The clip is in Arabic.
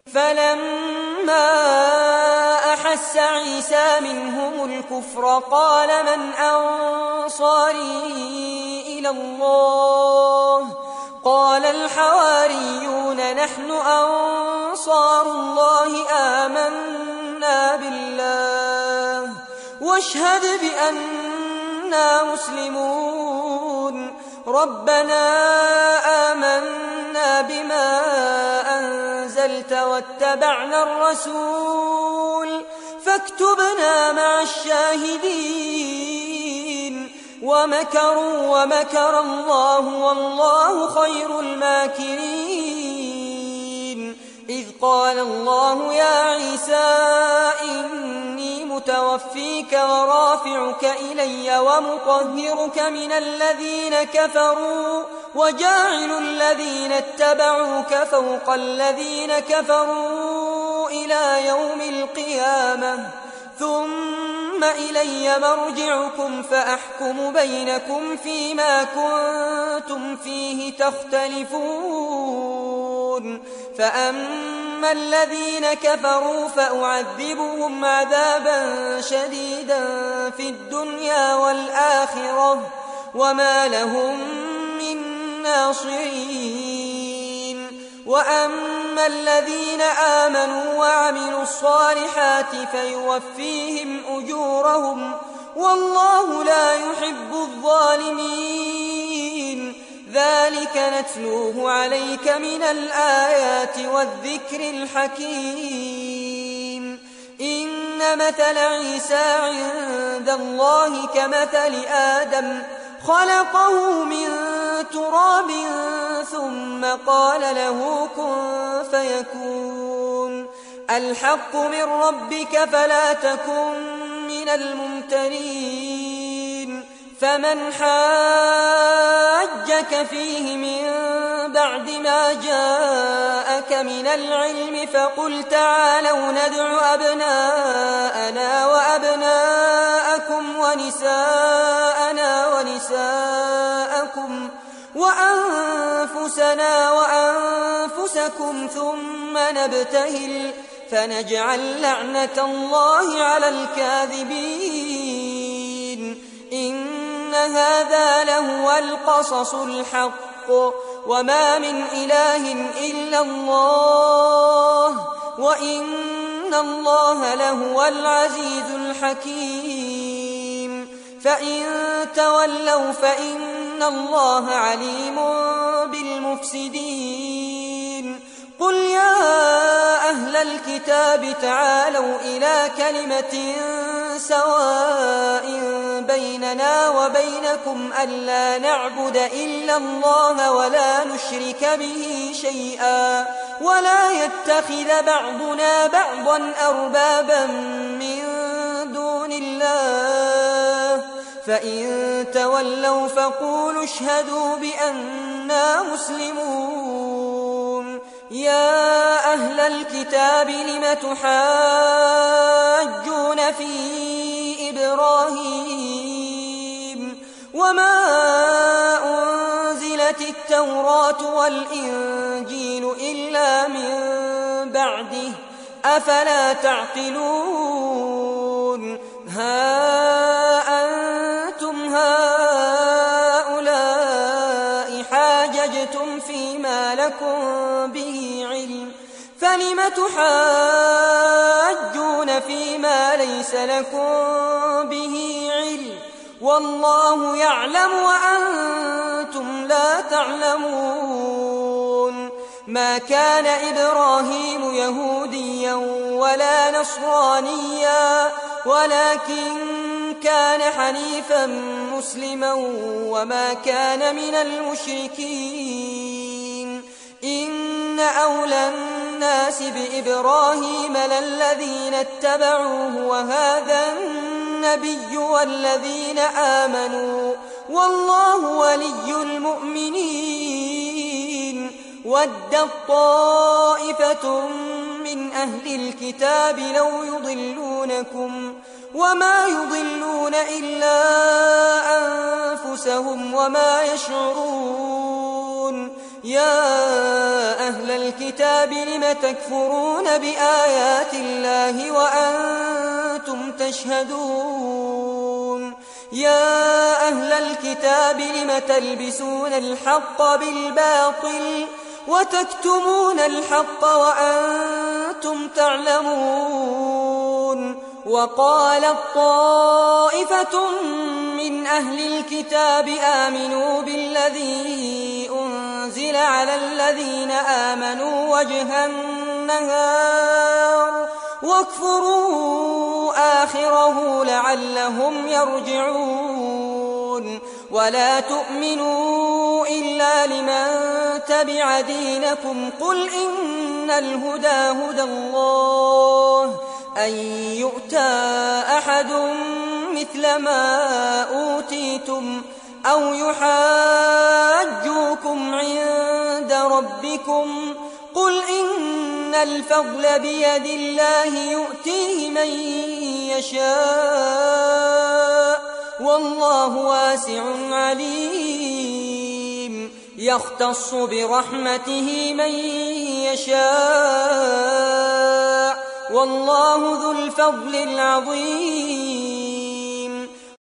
فلما أحس عيسى منهم الكفر قال من أنصاري إلى الله قال الحواريون نحن أنصار الله آمنا بالله واشهد بأننا مسلمون ربنا آمنا بما أنزلت واتبعنا الرسول فاكتبنا مع الشاهدين ومكروا ومكر الله والله خير الماكرين إذ قال الله يا عيسى إني متوفيك ورافعك إلي ومطهرك من الذين كفروا وجاعل الذين اتبعوك فوق الذين كفروا إلى يوم القيامة ثم إلي مرجعكم فأحكم بينكم فيما كنتم فيه تختلفون فأما الذين كفروا فأعذبهم عذابا شديدا في الدنيا والآخرة وما لهم من ناصرين وأما الذين آمنوا وعملوا الصالحات فيوفيهم أجورهم والله لا يحب الظالمين ذلك نتلوه عليك من الآيات والذكر الحكيم إن مثل عيسى عند الله كمثل آدم خلقه من تراب ثم قال له كن فيكون الحق من ربك فلا تكن من الممترين فمن حاجك فيه من بعد ما جاءك من العلم فقل تعالوا ندع أبناءنا وأبناءكم ونساءنا ونساءكم وأنفسنا وأنفسكم ثم نبتهل فنجعل لعنة الله على الكاذبين إن هذا لهو القصص الحق وما من إله إلا الله وإن الله لهو العزيز الحكيم فإن تولوا فإن الله عليم بالمفسدين قل يا أهل الكتاب تعالوا إلى كلمة سواء بيننا وبينكم ألا نعبد إلا الله ولا نشرك به شيئا ولا يتخذ بعضنا بعضا أربابا من دون الله فإن تولوا فقولوا اشهدوا بأننا مسلمون يا أهل الكتاب لم تحاجون في إبراهيم وما أنزلت التوراة والإنجيل إلا من بعده أفلا تعقلون ها أنتم هؤلاء حاججتم فيما لكم به علم فلم تحاجون فيما ليس لكم به علم والله يعلم وأنتم لا تعلمون ما كان إبراهيم يهوديا ولا نصرانيا ولكن كان حنيفا مسلما وما كان من المشركين إن أولى الناس بإبراهيم للذين اتبعوه وهذا النبي والذين آمنوا والله ولي المؤمنين ودت طائفة من أهل الكتاب لو يضلونكم وما يضلون إلا أنفسهم وما يشعرون يا أهل الكتاب لم تكفرون بآيات الله وأنتم تشهدون يا أهل الكتاب لم تلبسون الحق بالباطل وتكتمون الحق وأنتم تعلمون وقالت طائفة من أهل الكتاب آمنوا بالذي أنزل على الذين آمنوا وجه النهار واكفروا آخره لعلهم يرجعون ولا تؤمنوا إلا لمن تبع دينكم قل إن الهدى هدى الله أن يؤتى أحد مثل ما أوتيتم أو يحاجوكم عند ربكم قل إن الفضل بيد الله يؤتيه من يشاء والله واسع عليم يختص برحمته من يشاء والله ذو الفضل العظيم